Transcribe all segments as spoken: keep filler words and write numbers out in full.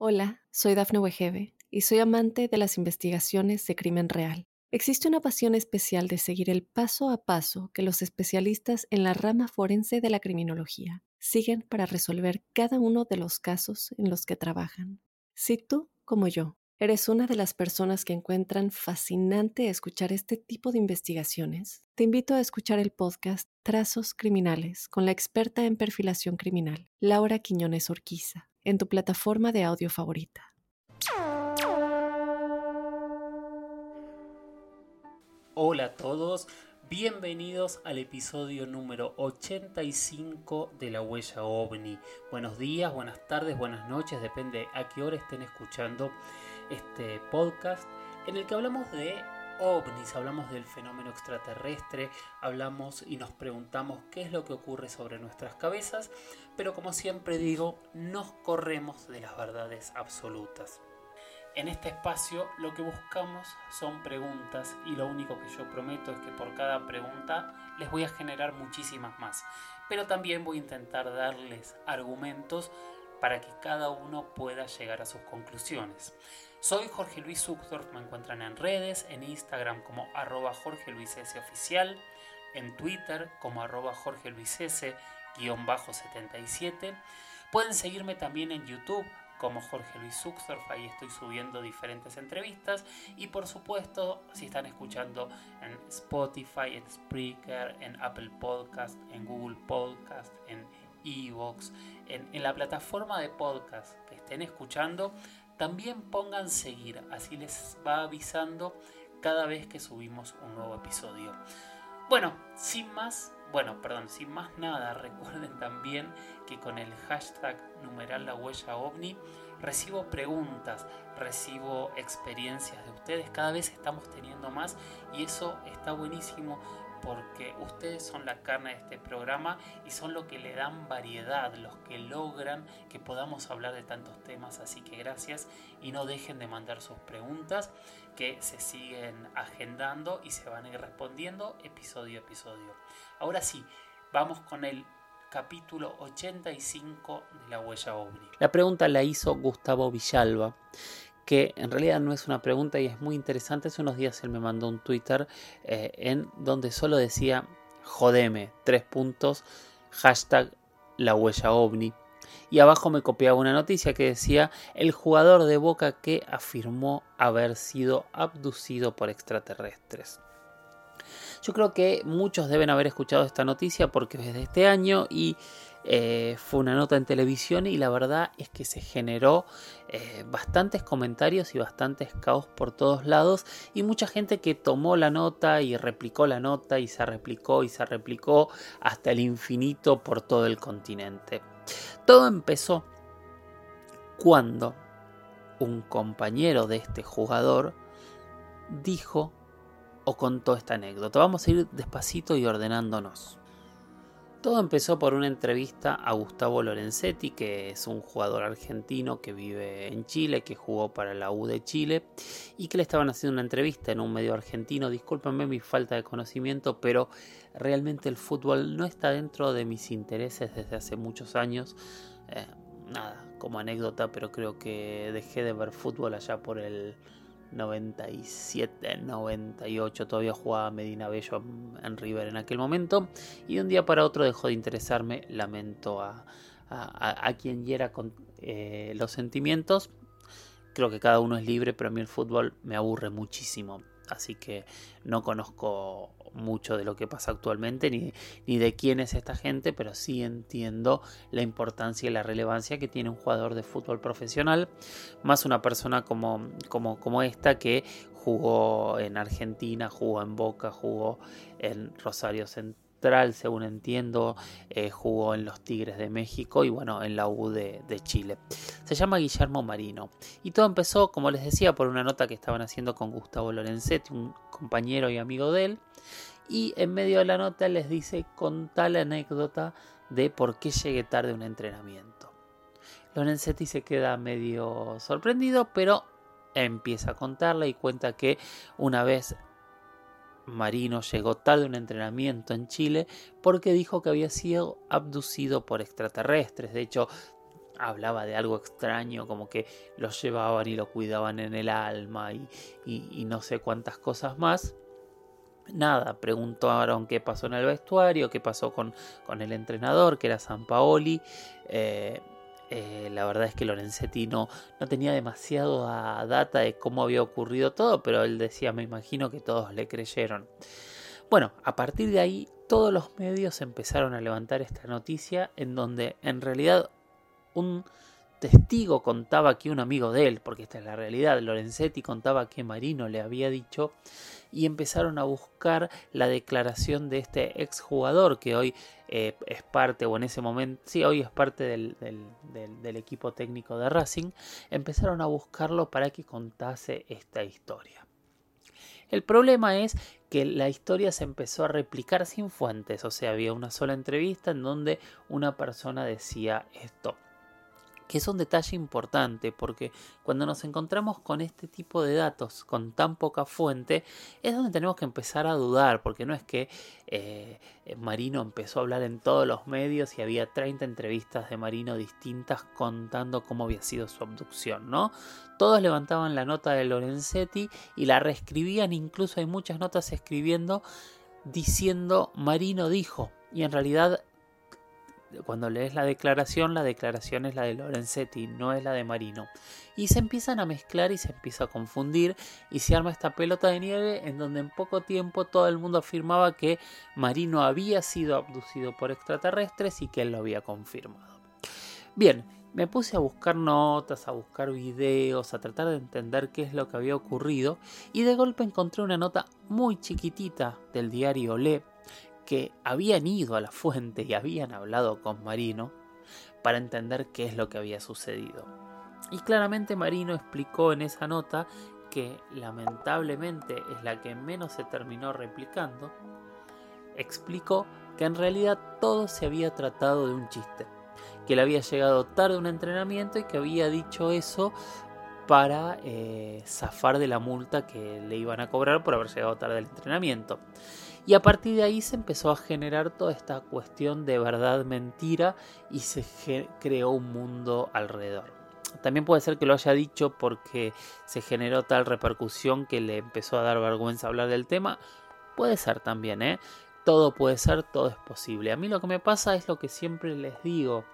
Hola, soy Dafne Wegebe y soy amante de las investigaciones de crimen real. Existe una pasión especial de seguir el paso a paso que los especialistas en la rama forense de la criminología siguen para resolver cada uno de los casos en los que trabajan. Si tú, como yo, eres una de las personas que encuentran fascinante escuchar este tipo de investigaciones, te invito a escuchar el podcast Trazos Criminales con la experta en perfilación criminal, Laura Quiñones Orquiza, en tu plataforma de audio favorita. Hola a todos, bienvenidos al episodio número ochenta y cinco de La Huella OVNI. Buenos días, buenas tardes, buenas noches, depende a qué hora estén escuchando este podcast en el que hablamos de ovnis, hablamos del fenómeno extraterrestre, hablamos y nos preguntamos qué es lo que ocurre sobre nuestras cabezas, pero como siempre digo, nos corremos de las verdades absolutas. En este espacio lo que buscamos son preguntas y lo único que yo prometo es que por cada pregunta les voy a generar muchísimas más. Pero también voy a intentar darles argumentos para que cada uno pueda llegar a sus conclusiones. Soy Jorge Luis Zuckdorf, me encuentran en redes, en Instagram como arroba Jorge Luis S oficial, en Twitter como arroba Jorge Luis S guión bajo setenta y siete. Pueden seguirme también en YouTube como Jorge Luis Zuckdorf, ahí estoy subiendo diferentes entrevistas y por supuesto si están escuchando en Spotify, en Spreaker, en Apple Podcast, en Google Podcast, en iVoox, en, en la plataforma de podcast que estén escuchando, también pongan seguir, así les va avisando cada vez que subimos un nuevo episodio. Bueno, sin más, bueno, perdón, sin más nada, recuerden también que con el hashtag numeral la huella ovni recibo preguntas, recibo experiencias de ustedes, cada vez estamos teniendo más y eso está buenísimo porque ustedes son la carne de este programa y son lo que le dan variedad, los que logran que podamos hablar de tantos temas, así que gracias y no dejen de mandar sus preguntas que se siguen agendando y se van a ir respondiendo episodio a episodio. Ahora sí, vamos con el capítulo ochenta y cinco de La Huella OVNI. La pregunta la hizo Gustavo Villalba, que en realidad no es una pregunta y es muy interesante. Hace unos días él me mandó un Twitter eh, en donde solo decía jodeme, tres puntos, hashtag La Huella OVNI. Y abajo me copiaba una noticia que decía el jugador de Boca que afirmó haber sido abducido por extraterrestres. Yo creo que muchos deben haber escuchado esta noticia porque es de este año y eh, fue una nota en televisión y la verdad es que se generó eh, bastantes comentarios y bastantes caos por todos lados y mucha gente que tomó la nota y replicó la nota y se replicó y se replicó hasta el infinito por todo el continente. Todo empezó cuando un compañero de este jugador dijo o contó esta anécdota. Vamos a ir despacito y ordenándonos. Todo empezó por una entrevista a Gustavo Lorenzetti, que es un jugador argentino que vive en Chile, que jugó para la U de Chile, y que le estaban haciendo una entrevista en un medio argentino. Discúlpenme mi falta de conocimiento, pero realmente el fútbol no está dentro de mis intereses desde hace muchos años. Eh, nada, como anécdota, pero creo que dejé de ver fútbol allá por el noventa y siete, noventa y ocho, todavía jugaba Medina Bello en River en aquel momento y de un día para otro dejó de interesarme. Lamento a, a, a quien hiera con eh, los sentimientos. Creo que cada uno es libre, pero a mí el fútbol me aburre muchísimo, así que no conozco mucho de lo que pasa actualmente ni, ni de quién es esta gente, pero sí entiendo la importancia y la relevancia que tiene un jugador de fútbol profesional, más una persona como, como, como esta que jugó en Argentina, jugó en Boca, jugó en Rosario Central, según entiendo, eh, jugó en los Tigres de México y bueno, en la U de, de Chile. Se llama Guillermo Marino y todo empezó, como les decía, por una nota que estaban haciendo con Gustavo Lorenzetti, un compañero y amigo de él, y en medio de la nota les dice contá la anécdota de por qué llegué tarde a un entrenamiento. Lorenzetti se queda medio sorprendido, pero empieza a contarla y cuenta que una vez Marino llegó tarde a un entrenamiento en Chile porque dijo que había sido abducido por extraterrestres. De hecho, hablaba de algo extraño, como que lo llevaban y lo cuidaban en el alma y, y, y no sé cuántas cosas más. Nada, preguntaron qué pasó en el vestuario, qué pasó con, con el entrenador, que era Sampaoli. Eh, eh, la verdad es que Lorenzetti no, no tenía demasiado data de cómo había ocurrido todo, pero él decía, me imagino que todos le creyeron. Bueno, a partir de ahí todos los medios empezaron a levantar esta noticia en donde en realidad un testigo contaba que un amigo de él, porque esta es la realidad, Lorenzetti contaba que Marino le había dicho, y empezaron a buscar la declaración de este exjugador que hoy eh, es parte, o en ese momento, sí, hoy es parte del, del, del, del equipo técnico de Racing. Empezaron a buscarlo para que contase esta historia. El problema es que la historia se empezó a replicar sin fuentes, o sea, había una sola entrevista en donde una persona decía esto, que es un detalle importante porque cuando nos encontramos con este tipo de datos, con tan poca fuente, es donde tenemos que empezar a dudar, porque no es que eh, Marino empezó a hablar en todos los medios y había treinta entrevistas de Marino distintas contando cómo había sido su abducción, ¿no? Todos levantaban la nota de Lorenzetti y la reescribían, incluso hay muchas notas escribiendo diciendo Marino dijo, y en realidad cuando lees la declaración, la declaración es la de Lorenzetti, no es la de Marino. Y se empiezan a mezclar y se empieza a confundir y se arma esta pelota de nieve en donde en poco tiempo todo el mundo afirmaba que Marino había sido abducido por extraterrestres y que él lo había confirmado. Bien, me puse a buscar notas, a buscar videos, a tratar de entender qué es lo que había ocurrido y de golpe encontré una nota muy chiquitita del diario Olé, que habían ido a la fuente y habían hablado con Marino para entender qué es lo que había sucedido. Y claramente Marino explicó en esa nota, que lamentablemente es la que menos se terminó replicando, explicó que en realidad todo se había tratado de un chiste, que él había llegado tarde a un entrenamiento y que había dicho eso para eh, zafar de la multa que le iban a cobrar por haber llegado tarde al entrenamiento. Y a partir de ahí se empezó a generar toda esta cuestión de verdad-mentira y se ge- creó un mundo alrededor. También puede ser que lo haya dicho porque se generó tal repercusión que le empezó a dar vergüenza hablar del tema. Puede ser también, ¿eh? Todo puede ser, todo es posible. A mí lo que me pasa es lo que siempre les digo,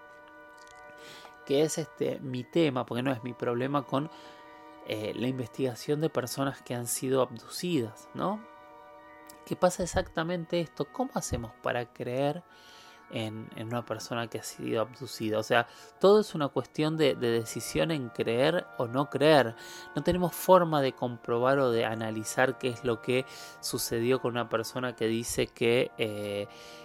que es este mi tema, porque no es mi problema con eh, la investigación de personas que han sido abducidas, ¿no? ¿Qué pasa exactamente esto? ¿Cómo hacemos para creer en, en una persona que ha sido abducida? O sea, todo es una cuestión de, de decisión en creer o no creer. No tenemos forma de comprobar o de analizar qué es lo que sucedió con una persona que dice que, eh,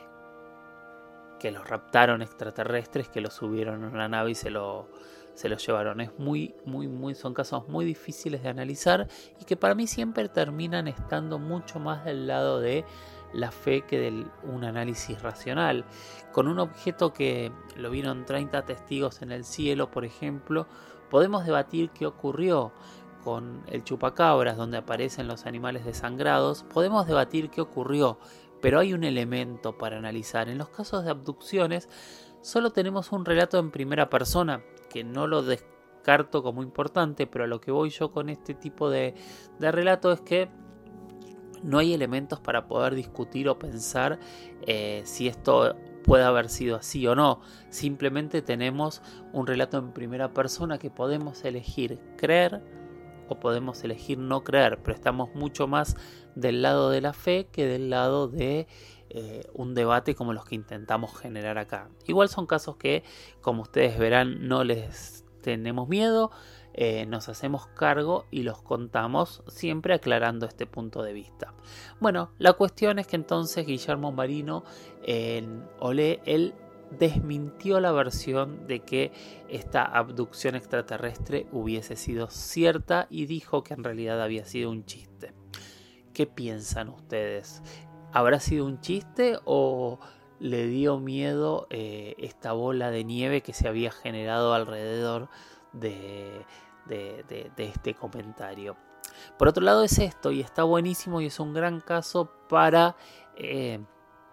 que los raptaron extraterrestres, que lo subieron en una nave y se lo... se lo llevaron. Es muy, muy, muy, son casos muy difíciles de analizar y que para mí siempre terminan estando mucho más del lado de la fe que de un análisis racional. Con un objeto que lo vieron treinta testigos en el cielo, por ejemplo, podemos debatir qué ocurrió. Con el chupacabras, donde aparecen los animales desangrados, podemos debatir qué ocurrió, pero hay un elemento para analizar. En los casos de abducciones, solo tenemos un relato en primera persona, que no lo descarto como importante, pero a lo que voy yo con este tipo de, de relato es que no hay elementos para poder discutir o pensar eh, si esto puede haber sido así o no. Simplemente tenemos un relato en primera persona que podemos elegir creer o podemos elegir no creer, pero estamos mucho más del lado de la fe que del lado de eh, un debate como los que intentamos generar acá. Igual son casos que, como ustedes verán, no les tenemos miedo, eh, nos hacemos cargo y los contamos, siempre aclarando este punto de vista. Bueno, la cuestión es que entonces Guillermo Marino en Olé, él desmintió la versión de que esta abducción extraterrestre hubiese sido cierta y dijo que en realidad había sido un chiste. ¿Qué piensan ustedes? ¿Habrá sido un chiste o le dio miedo eh, esta bola de nieve que se había generado alrededor de, de, de, de este comentario? Por otro lado es esto, y está buenísimo y es un gran caso para... Eh,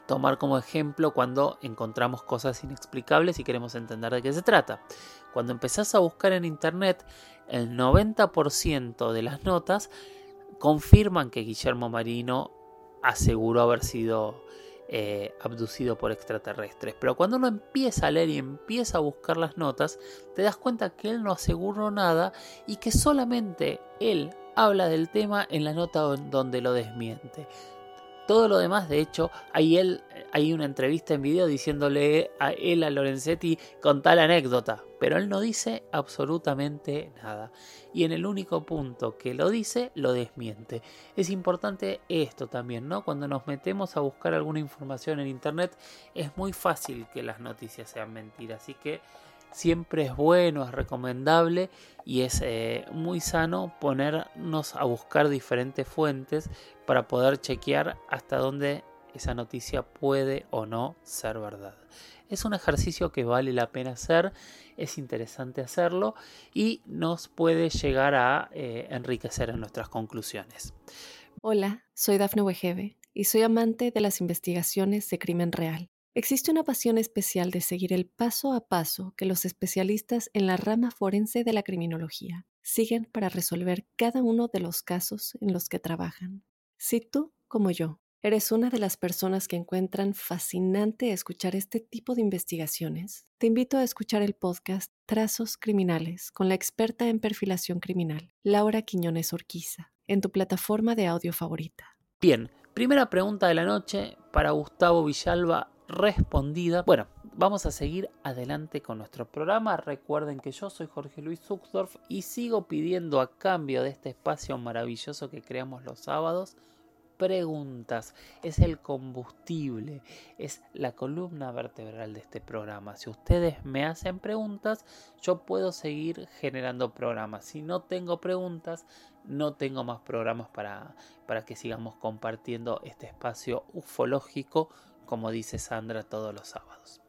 tomar como ejemplo cuando encontramos cosas inexplicables y queremos entender de qué se trata. Cuando empezás a buscar en internet, el noventa por ciento de las notas confirman que Guillermo Marino aseguró haber sido eh, abducido por extraterrestres. Pero cuando uno empieza a leer y empieza a buscar las notas, te das cuenta que él no aseguró nada y que solamente él habla del tema en la nota donde lo desmiente. Todo lo demás, de hecho, hay, él, hay una entrevista en video diciéndole a él, a Lorenzetti, con tal anécdota. Pero él no dice absolutamente nada. Y en el único punto que lo dice, lo desmiente. Es importante esto también, ¿no? Cuando nos metemos a buscar alguna información en internet, es muy fácil que las noticias sean mentiras. Así que siempre es bueno, es recomendable y es eh, muy sano ponernos a buscar diferentes fuentes para poder chequear hasta dónde esa noticia puede o no ser verdad. Es un ejercicio que vale la pena hacer, es interesante hacerlo y nos puede llegar a eh, enriquecer en nuestras conclusiones. Hola, soy Dafne Wegebe y soy amante de las investigaciones de crimen real. Existe una pasión especial de seguir el paso a paso que los especialistas en la rama forense de la criminología siguen para resolver cada uno de los casos en los que trabajan. Si tú, como yo, eres una de las personas que encuentran fascinante escuchar este tipo de investigaciones, te invito a escuchar el podcast Trazos Criminales con la experta en perfilación criminal, Laura Quiñones Orquiza, en tu plataforma de audio favorita. Bien, primera pregunta de la noche para Gustavo Villalba, respondida. Bueno, vamos a seguir adelante con nuestro programa. Recuerden que yo soy Jorge Luis Zuckdorf y sigo pidiendo a cambio de este espacio maravilloso que creamos los sábados, preguntas. Es el combustible, es la columna vertebral de este programa. Si ustedes me hacen preguntas, yo puedo seguir generando programas. Si no tengo preguntas, no tengo más programas para, para que sigamos compartiendo este espacio ufológico, como dice Sandra, todos los sábados.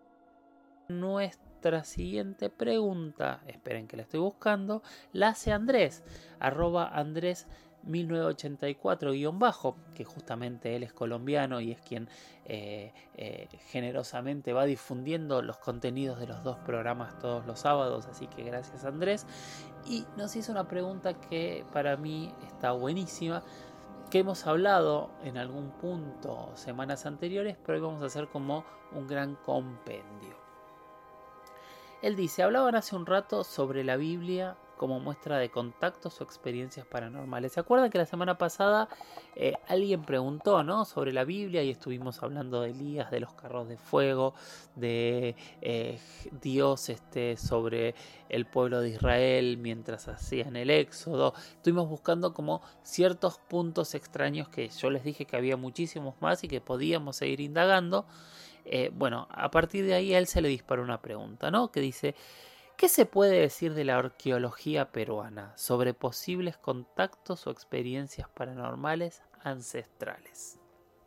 Nuestra siguiente pregunta, esperen que la estoy buscando, la hace Andrés, arroba Andrés mil novecientos ochenta y cuatro guión bajo, que justamente él es colombiano y es quien eh, eh, generosamente va difundiendo los contenidos de los dos programas todos los sábados, así que gracias Andrés. Y nos hizo una pregunta que para mí está buenísima, que hemos hablado en algún punto semanas anteriores, pero hoy vamos a hacer como un gran compendio. Él dice, hablaban hace un rato sobre la Biblia como muestra de contactos o experiencias paranormales. ¿Se acuerdan que la semana pasada eh, alguien preguntó, ¿no?, sobre la Biblia y estuvimos hablando de Elías, de los carros de fuego, de eh, Dios este, sobre el pueblo de Israel mientras hacían el éxodo? Estuvimos buscando como ciertos puntos extraños que yo les dije que había muchísimos más y que podíamos seguir indagando. Eh, bueno, a partir de ahí a él se le disparó una pregunta, ¿no?, que dice, ¿qué se puede decir de la arqueología peruana sobre posibles contactos o experiencias paranormales ancestrales?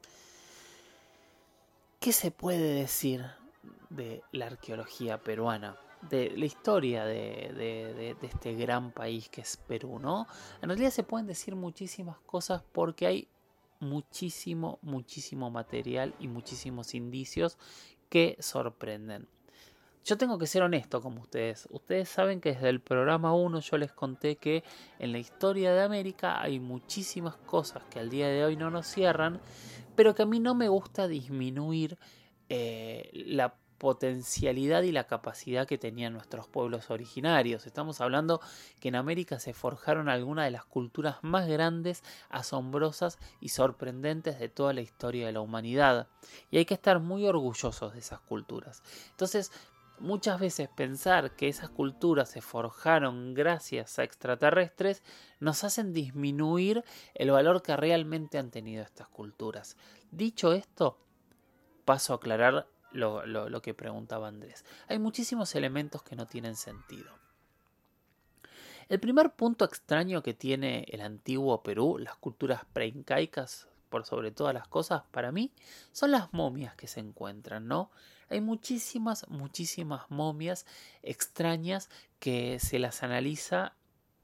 ¿Qué se puede decir de la arqueología peruana? De la historia de, de, de, de este gran país que es Perú, ¿no? En realidad se pueden decir muchísimas cosas porque hay muchísimo, muchísimo material y muchísimos indicios que sorprenden. Yo tengo que ser honesto con ustedes. Ustedes saben que desde el programa uno yo les conté que en la historia de América hay muchísimas cosas que al día de hoy no nos cierran, pero que a mí no me gusta disminuir eh, la potencialidad y la capacidad que tenían nuestros pueblos originarios. Estamos hablando que en América se forjaron algunas de las culturas más grandes, asombrosas y sorprendentes de toda la historia de la humanidad. Y hay que estar muy orgullosos de esas culturas. Entonces, muchas veces pensar que esas culturas se forjaron gracias a extraterrestres nos hacen disminuir el valor que realmente han tenido estas culturas. Dicho esto, paso a aclarar Lo, lo, lo que preguntaba Andrés. Hay muchísimos elementos que no tienen sentido. El primer punto extraño que tiene el antiguo Perú, las culturas preincaicas, por sobre todas las cosas, para mí, son las momias que se encuentran, ¿no? Hay muchísimas, muchísimas momias extrañas que se las analiza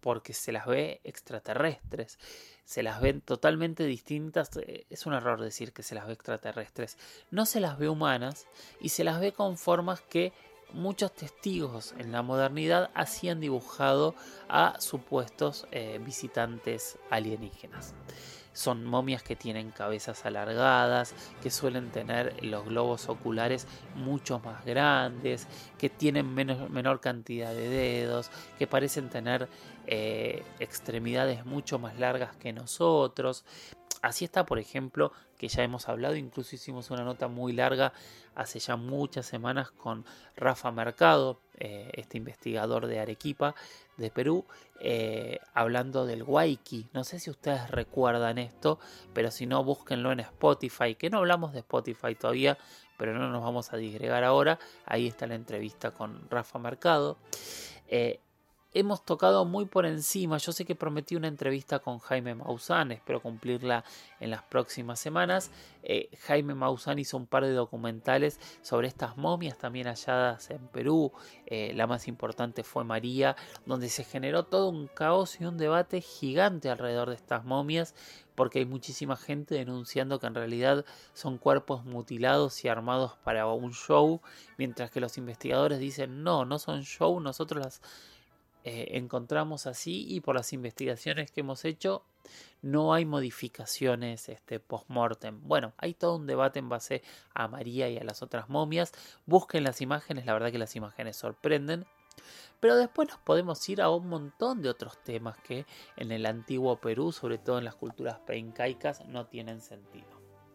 porque se las ve extraterrestres, se las ven totalmente distintas. Es un error decir que se las ve extraterrestres, no se las ve humanas y se las ve con formas que muchos testigos en la modernidad hacían dibujado a supuestos eh, visitantes alienígenas. Son momias que tienen cabezas alargadas, que suelen tener los globos oculares mucho más grandes, que tienen menos, menor cantidad de dedos, que parecen tener eh, extremidades mucho más largas que nosotros. Así está, por ejemplo, que ya hemos hablado, incluso hicimos una nota muy larga hace ya muchas semanas con Rafa Mercado, eh, este investigador de Arequipa, de Perú, eh, hablando del Waiki. No sé si ustedes recuerdan esto, pero si no, búsquenlo en Spotify, que no hablamos de Spotify todavía, pero no nos vamos a disgregar ahora. Ahí está la entrevista con Rafa Mercado. Eh, Hemos tocado muy por encima. Yo sé que prometí una entrevista con Jaime Maussan, espero cumplirla en las próximas semanas. Eh, Jaime Maussan hizo un par de documentales sobre estas momias también halladas en Perú. Eh, la más importante fue María, donde se generó todo un caos y un debate gigante alrededor de estas momias, porque hay muchísima gente denunciando que en realidad son cuerpos mutilados y armados para un show, mientras que los investigadores dicen no, no son show, nosotros las Eh, encontramos así y por las investigaciones que hemos hecho no hay modificaciones este, post-mortem. Bueno, hay todo un debate en base a María y a las otras momias. Busquen las imágenes, la verdad que las imágenes sorprenden. Pero después nos podemos ir a un montón de otros temas que en el antiguo Perú, sobre todo en las culturas preincaicas, no tienen sentido.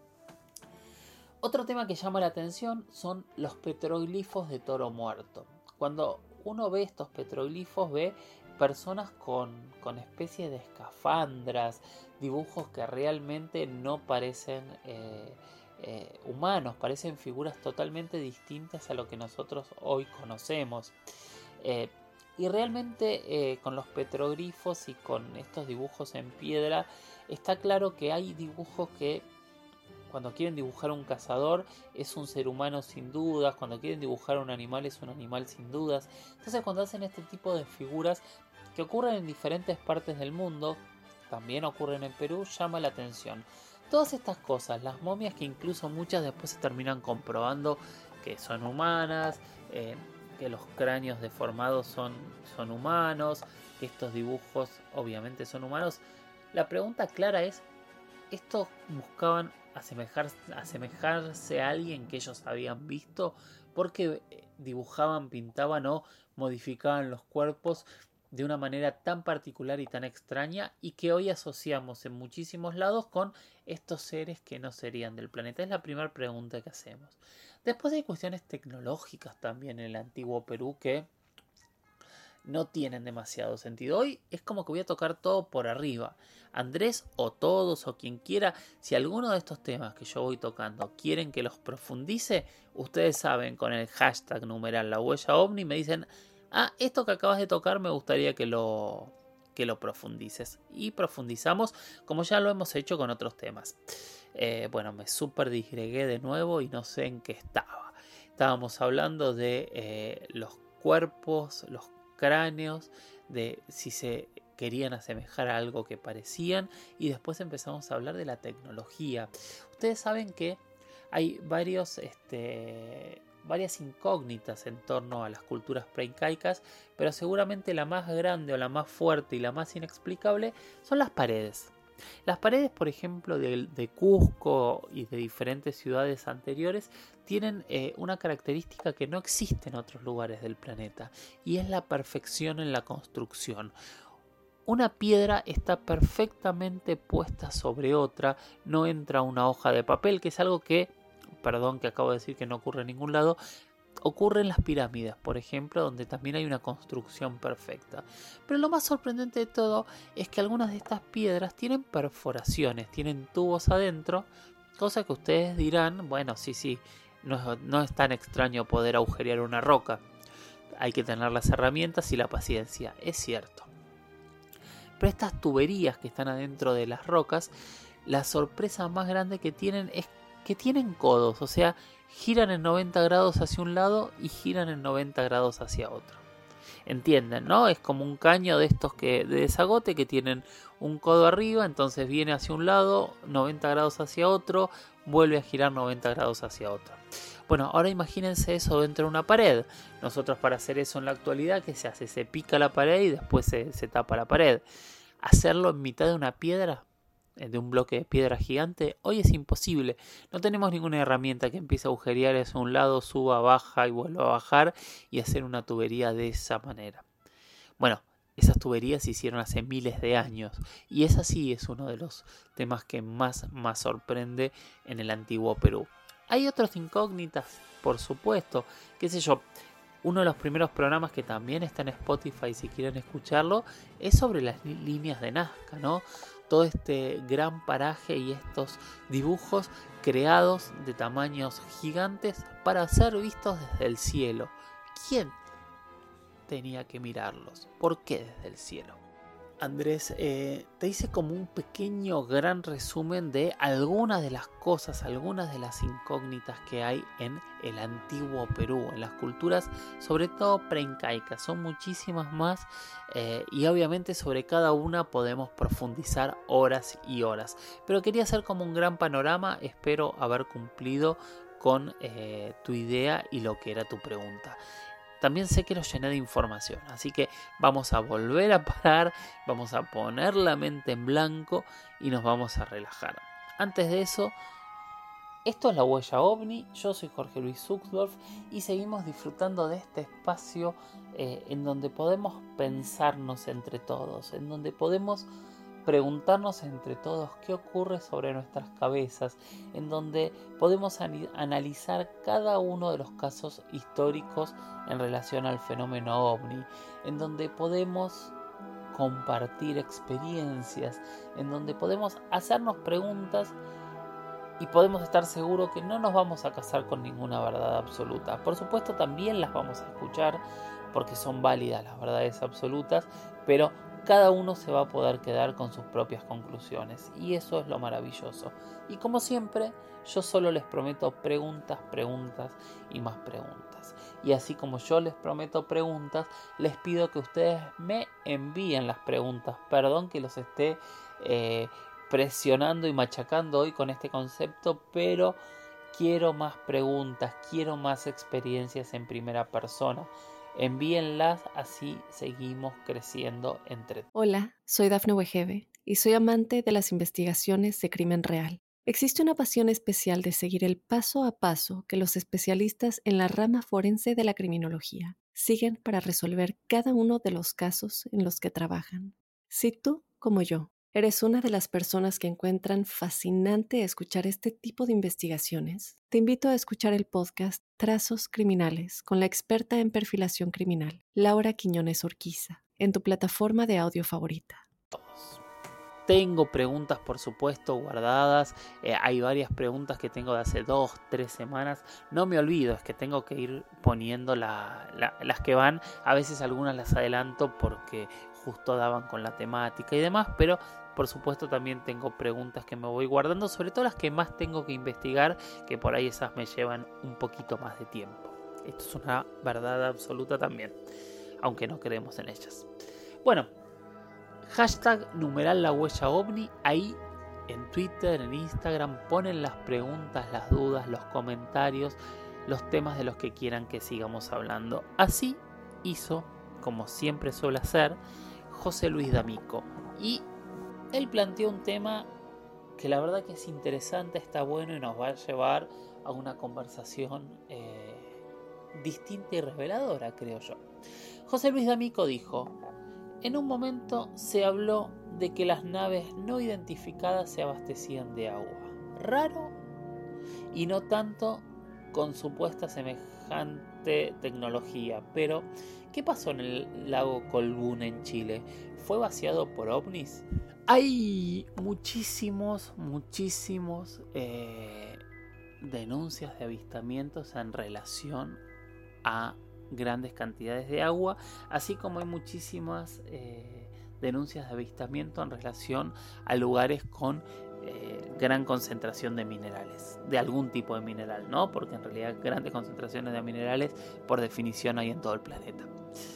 Otro tema que llama la atención son los petroglifos de toro muerto. Cuando uno ve estos petroglifos, ve personas con, con especies de escafandras, dibujos que realmente no parecen eh, eh, humanos, parecen figuras totalmente distintas a lo que nosotros hoy conocemos. Eh, y realmente eh, con los petroglifos y con estos dibujos en piedra, está claro que hay dibujos que cuando quieren dibujar un cazador es un ser humano sin dudas, cuando quieren dibujar un animal es un animal sin dudas. Entonces cuando hacen este tipo de figuras que ocurren en diferentes partes del mundo, también ocurren en Perú, llama la atención. Todas estas cosas, las momias que incluso muchas después se terminan comprobando que son humanas, eh, que los cráneos deformados son, son humanos, que estos dibujos obviamente son humanos. La pregunta clara es, ¿estos buscaban asemejar, asemejarse a alguien que ellos habían visto? Porque dibujaban, pintaban o modificaban los cuerpos de una manera tan particular y tan extraña y que hoy asociamos en muchísimos lados con estos seres que no serían del planeta. Es la primera pregunta que hacemos. Después hay cuestiones tecnológicas también en el antiguo Perú que no tienen demasiado sentido. Hoy es como que voy a tocar todo por arriba. Andrés o todos o quien quiera, si alguno de estos temas que yo voy tocando quieren que los profundice, ustedes saben, con el hashtag numeral la huella ovni me dicen, ah, esto que acabas de tocar me gustaría que lo, que lo profundices. Y profundizamos como ya lo hemos hecho con otros temas. Eh, bueno, me súper disgregué de nuevo y no sé en qué estaba. Estábamos hablando de eh, los cuerpos, los cráneos, de si se querían asemejar a algo que parecían, y después empezamos a hablar de la tecnología. Ustedes saben que hay varios, este, varias incógnitas en torno a las culturas preincaicas, pero seguramente la más grande o la más fuerte y la más inexplicable son las paredes. Las paredes, por ejemplo, de, de Cusco y de diferentes ciudades anteriores tienen eh, una característica que no existe en otros lugares del planeta, y es la perfección en la construcción. Una piedra está perfectamente puesta sobre otra, no entra una hoja de papel, que es algo que, perdón que acabo de decir que no ocurre en ningún lado, ocurre en las pirámides, por ejemplo, donde también hay una construcción perfecta. Pero lo más sorprendente de todo es que algunas de estas piedras tienen perforaciones, tienen tubos adentro, cosa que ustedes dirán, bueno, sí, sí, no, no es tan extraño poder agujerear una roca. Hay que tener las herramientas y la paciencia, es cierto. Pero estas tuberías que están adentro de las rocas, la sorpresa más grande que tienen es que tienen codos, o sea, giran en noventa grados hacia un lado y giran en noventa grados hacia otro. entienden, ¿no? Es como un caño de estos que de desagote que tienen un codo arriba, entonces viene hacia un lado, noventa grados hacia otro, vuelve a girar noventa grados hacia otro. Bueno, ahora imagínense eso dentro de una pared. Nosotros para hacer eso en la actualidad, ¿qué se hace? Se pica la pared y después se, se tapa la pared. Hacerlo en mitad de una piedra, de un bloque de piedra gigante, hoy es imposible. No tenemos ninguna herramienta que empiece a agujerear hacia un lado, suba, baja y vuelva a bajar y hacer una tubería de esa manera. Bueno, esas tuberías se hicieron hace miles de años y ese sí es uno de los temas que más, más sorprende en el antiguo Perú. Hay otras incógnitas, por supuesto, qué sé yo. Uno de los primeros programas que también está en Spotify, si quieren escucharlo, es sobre las li- líneas de Nazca, ¿no? Todo este gran paraje y estos dibujos creados de tamaños gigantes para ser vistos desde el cielo. ¿Quién tenía que mirarlos? ¿Por qué desde el cielo? Andrés, eh, te hice como un pequeño gran resumen de algunas de las cosas, algunas de las incógnitas que hay en el antiguo Perú, en las culturas, sobre todo preincaicas. Son muchísimas más eh, y obviamente sobre cada una podemos profundizar horas y horas. Pero quería hacer como un gran panorama, espero haber cumplido con eh, tu idea y lo que era tu pregunta. También sé que los llené de información, así que vamos a volver a parar, vamos a poner la mente en blanco y nos vamos a relajar. Antes de eso, esto es La Huella OVNI, yo soy Jorge Luis Zuxdorf y seguimos disfrutando de este espacio eh, en donde podemos pensarnos entre todos, en donde podemos preguntarnos entre todos qué ocurre sobre nuestras cabezas, en donde podemos an- analizar cada uno de los casos históricos en relación al fenómeno OVNI, en donde podemos compartir experiencias, en donde podemos hacernos preguntas y podemos estar seguros que no nos vamos a casar con ninguna verdad absoluta. Por supuesto también las vamos a escuchar porque son válidas las verdades absolutas, pero cada uno se va a poder quedar con sus propias conclusiones y eso es lo maravilloso. Y como siempre, yo solo les prometo preguntas, preguntas y más preguntas. Y así como yo les prometo preguntas, les pido que ustedes me envíen las preguntas. Perdón que los esté eh, presionando y machacando hoy con este concepto, pero quiero más preguntas, quiero más experiencias en primera persona. Envíenlas, así seguimos creciendo entre todos. Hola, soy Dafne Wegebe y soy amante de las investigaciones de crimen real. Existe una pasión especial de seguir el paso a paso que los especialistas en la rama forense de la criminología siguen para resolver cada uno de los casos en los que trabajan. Si tú, como yo, eres una de las personas que encuentran fascinante escuchar este tipo de investigaciones, te invito a escuchar el podcast Trazos Criminales con la experta en perfilación criminal, Laura Quiñones Orquiza, en tu plataforma de audio favorita. Tengo preguntas, por supuesto, guardadas. Eh, hay varias preguntas que tengo de hace dos, tres semanas. No me olvido, es que tengo que ir poniendo la, la, las que van. A veces algunas las adelanto porque justo daban con la temática y demás, pero por supuesto también tengo preguntas que me voy guardando, sobre todo las que más tengo que investigar, que por ahí esas me llevan un poquito más de tiempo. Esto es una verdad absoluta también, aunque no creemos en ellas. Bueno, hashtag numeral La Huella OVNI, ahí en Twitter, en Instagram, ponen las preguntas, las dudas, los comentarios, los temas de los que quieran que sigamos hablando. Así hizo, como siempre suele hacer, José Luis D'Amico. Y él planteó un tema que la verdad que es interesante, está bueno y nos va a llevar a una conversación eh, distinta y reveladora, creo yo. José Luis D'Amico dijo: en un momento se habló de que las naves no identificadas se abastecían de agua. Raro y no tanto con supuesta semejante tecnología. Pero, ¿qué pasó en el lago Colbún en Chile? ¿Fue vaciado por ovnis? Hay muchísimos, muchísimos eh, denuncias de avistamientos en relación a grandes cantidades de agua, así como hay muchísimas eh, denuncias de avistamiento en relación a lugares con eh, gran concentración de minerales, de algún tipo de mineral, ¿no? Porque en realidad grandes concentraciones de minerales por definición hay en todo el planeta.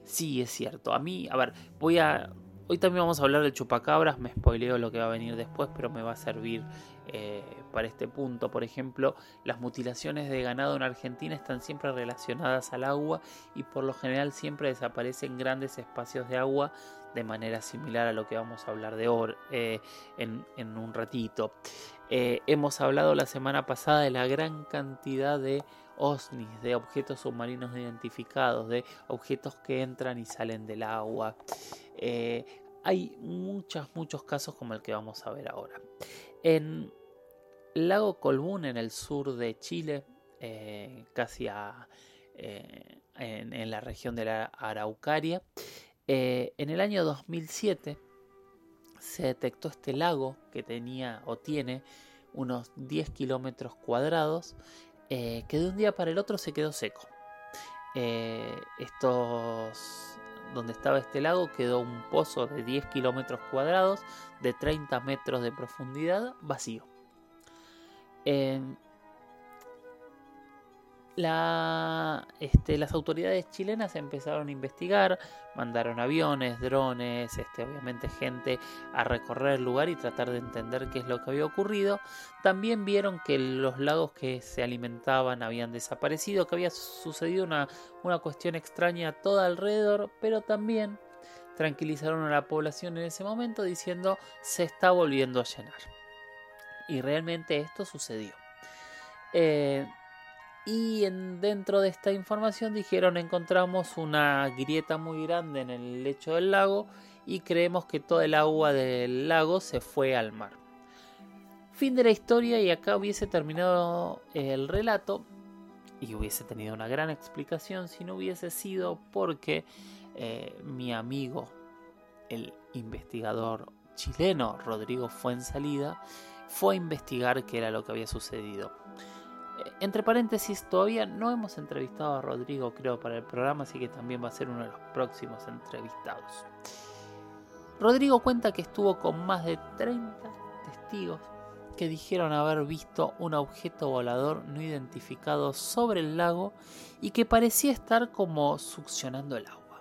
Sí, es cierto. A mí, a ver, voy a... Hoy también vamos a hablar del chupacabras, me spoileo lo que va a venir después, pero me va a servir eh, para este punto. Por ejemplo, las mutilaciones de ganado en Argentina están siempre relacionadas al agua y por lo general siempre desaparecen grandes espacios de agua de manera similar a lo que vamos a hablar de hoy eh, en, en un ratito. Eh, hemos hablado la semana pasada de la gran cantidad de O S N Is, de objetos submarinos no identificados, de objetos que entran y salen del agua. Eh, hay muchos, muchos casos como el que vamos a ver ahora. En el lago Colbún, en el sur de Chile, eh, casi a, eh, en, en la región de la Araucaria, eh, en el año dos mil siete se detectó este lago que tenía o tiene unos diez kilómetros cuadrados, eh, que de un día para el otro se quedó seco. Eh, estos, donde estaba este lago quedó un pozo de diez kilómetros cuadrados de treinta metros de profundidad vacío. Eh, la, este, las autoridades chilenas empezaron a investigar, mandaron aviones, drones, este, obviamente gente a recorrer el lugar y tratar de entender qué es lo que había ocurrido. También vieron que los lagos que se alimentaban habían desaparecido, que había sucedido una, una cuestión extraña todo alrededor, pero también tranquilizaron a la población en ese momento diciendo se está volviendo a llenar. Y realmente esto sucedió. Eh, Y en, dentro de esta información dijeron encontramos una grieta muy grande en el lecho del lago y creemos que todo el agua del lago se fue al mar. Fin de la historia y acá hubiese terminado el relato y hubiese tenido una gran explicación si no hubiese sido porque eh, mi amigo, el investigador chileno Rodrigo Fuenzalida, fue a investigar qué era lo que había sucedido. Entre paréntesis, todavía no hemos entrevistado a Rodrigo, creo, para el programa, así que también va a ser uno de los próximos entrevistados. Rodrigo cuenta que estuvo con más de treinta testigos que dijeron haber visto un objeto volador no identificado sobre el lago y que parecía estar como succionando el agua.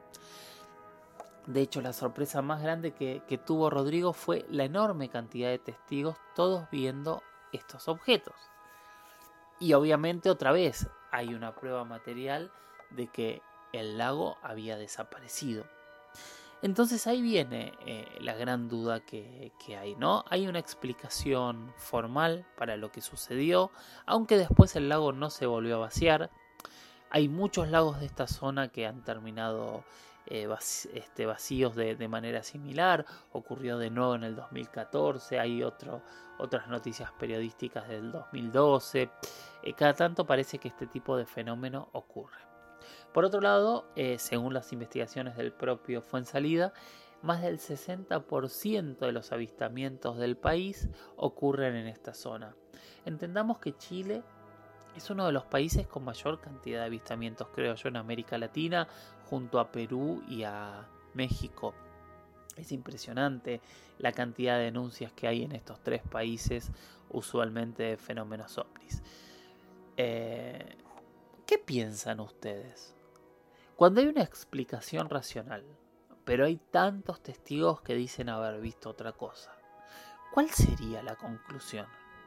De hecho, la sorpresa más grande que, que tuvo Rodrigo fue la enorme cantidad de testigos, todos viendo estos objetos. Y obviamente otra vez hay una prueba material de que el lago había desaparecido. Entonces ahí viene eh, la gran duda que, que hay, ¿no? Hay una explicación formal para lo que sucedió, aunque después el lago no se volvió a vaciar. Hay muchos lagos de esta zona que han terminado eh, vac- este, vacíos de, de manera similar. Ocurrió de nuevo en el dos mil catorce, hay otro, otras noticias periodísticas del dos mil doce. Eh, cada tanto parece que este tipo de fenómeno ocurre. Por otro lado, eh, según las investigaciones del propio Fuenzalida, más del sesenta por ciento de los avistamientos del país ocurren en esta zona. Entendamos que Chile es uno de los países con mayor cantidad de avistamientos, creo yo, en América Latina, junto a Perú y a México. Es impresionante la cantidad de denuncias que hay en estos tres países, usualmente de fenómenos ovnis. Eh, ¿Qué piensan ustedes? Cuando hay una explicación racional, pero hay tantos testigos que dicen haber visto otra cosa, ¿cuál sería la conclusión?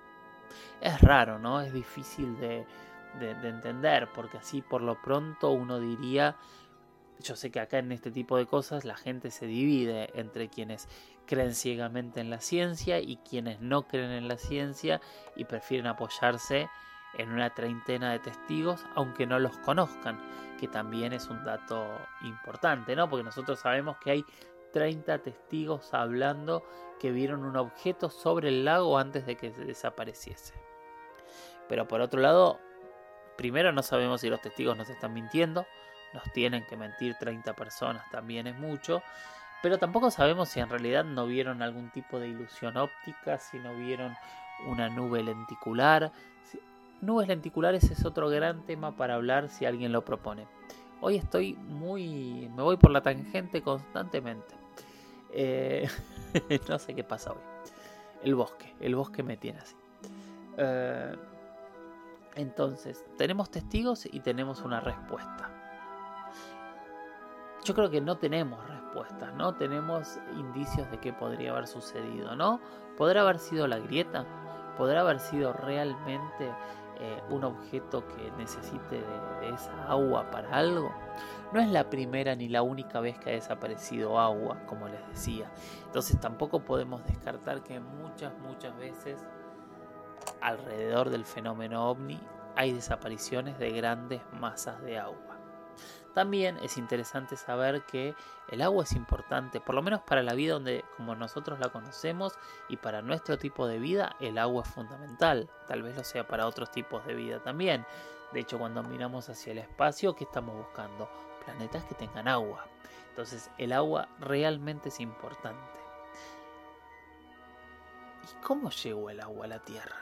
Es raro, ¿no? Es difícil de, de, de entender, porque así por lo pronto uno diría, yo sé que acá en este tipo de cosas la gente se divide entre quienes creen ciegamente en la ciencia y quienes no creen en la ciencia y prefieren apoyarse en una treintena de testigos, aunque no los conozcan, que también es un dato importante, ¿no? Porque nosotros sabemos que hay treinta testigos hablando que vieron un objeto sobre el lago antes de que desapareciese. Pero por otro lado, primero no sabemos si los testigos nos están mintiendo, nos tienen que mentir treinta personas, también es mucho, pero tampoco sabemos si en realidad no vieron algún tipo de ilusión óptica, si no vieron una nube lenticular. Si... Nubes lenticulares es otro gran tema para hablar si alguien lo propone. Hoy estoy muy... me voy por la tangente constantemente. Eh... no sé qué pasa hoy. El bosque, el bosque me tiene así. Eh... Entonces, tenemos testigos y tenemos una respuesta. yo creo que no tenemos respuestas, no tenemos indicios de qué podría haber sucedido, ¿no? ¿Podrá haber sido la grieta? ¿Podrá haber sido realmente eh, un objeto que necesite de, de esa agua para algo? No es la primera ni la única vez que ha desaparecido agua, como les decía. Entonces tampoco podemos descartar que muchas, muchas veces alrededor del fenómeno ovni hay desapariciones de grandes masas de agua. También es interesante saber que el agua es importante, por lo menos para la vida donde, como nosotros la conocemos, y para nuestro tipo de vida, el agua es fundamental. Tal vez lo sea para otros tipos de vida también. De hecho, cuando miramos hacia el espacio, ¿qué estamos buscando? Planetas que tengan agua. Entonces, el agua realmente es importante. ¿Y cómo llegó el agua a la Tierra?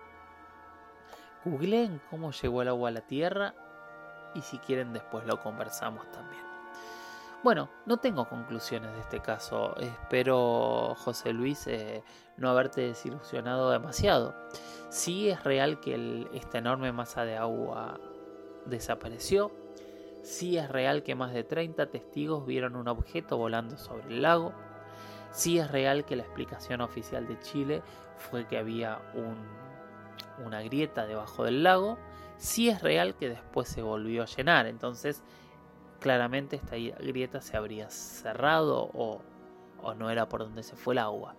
Googleen cómo llegó el agua a la Tierra y si quieren después lo conversamos también. Bueno, no tengo conclusiones de este caso. Espero, José Luis, eh, no haberte desilusionado demasiado. Sí es real que el, esta enorme masa de agua desapareció. Sí es real que más de treinta testigos vieron un objeto volando sobre el lago. Sí es real que la explicación oficial de Chile fue que había un, una grieta debajo del lago. Sí es real que después se volvió a llenar, entonces claramente esta grieta se habría cerrado o, o no era por donde se fue el agua.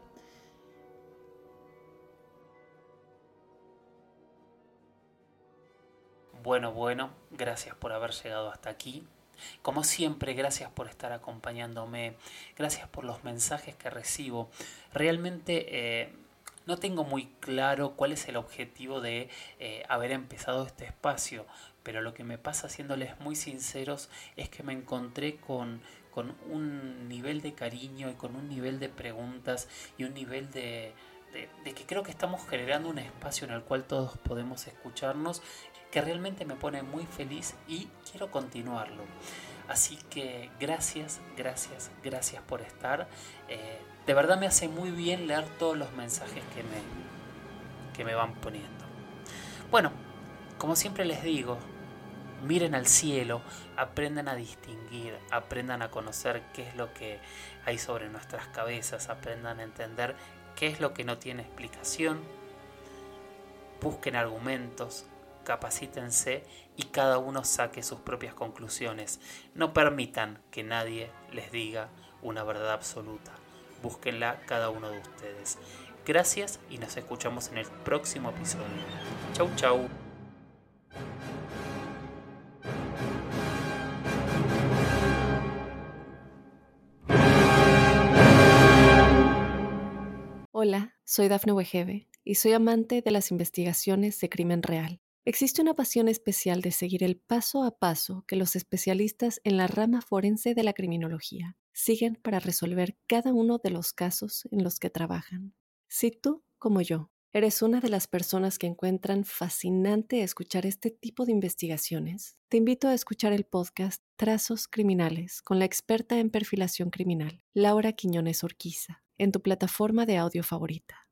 Bueno, bueno, gracias por haber llegado hasta aquí. Como siempre, gracias por estar acompañándome, gracias por los mensajes que recibo. Realmente eh, no tengo muy claro cuál es el objetivo de eh, haber empezado este espacio, pero lo que me pasa, siéndoles muy sinceros, es que me encontré con, con un nivel de cariño y con un nivel de preguntas y un nivel de, de, de que creo que estamos generando un espacio en el cual todos podemos escucharnos, que realmente me pone muy feliz y quiero continuarlo. Así que gracias, gracias, gracias por estar. Eh, de verdad me hace muy bien leer todos los mensajes que me, que me van poniendo. Bueno, como siempre les digo, miren al cielo, aprendan a distinguir, aprendan a conocer qué es lo que hay sobre nuestras cabezas, aprendan a entender qué es lo que no tiene explicación, busquen argumentos, capacítense y cada uno saque sus propias conclusiones. No permitan que nadie les diga una verdad absoluta. Búsquenla cada uno de ustedes. Gracias y nos escuchamos en el próximo episodio. Chau, chau. Hola, soy Dafne Wegebe y soy amante de las investigaciones de crimen real. Existe una pasión especial de seguir el paso a paso que los especialistas en la rama forense de la criminología siguen para resolver cada uno de los casos en los que trabajan. Si tú, como yo, eres una de las personas que encuentran fascinante escuchar este tipo de investigaciones, te invito a escuchar el podcast Trazos Criminales con la experta en perfilación criminal, Laura Quiñones Orquiza, en tu plataforma de audio favorita.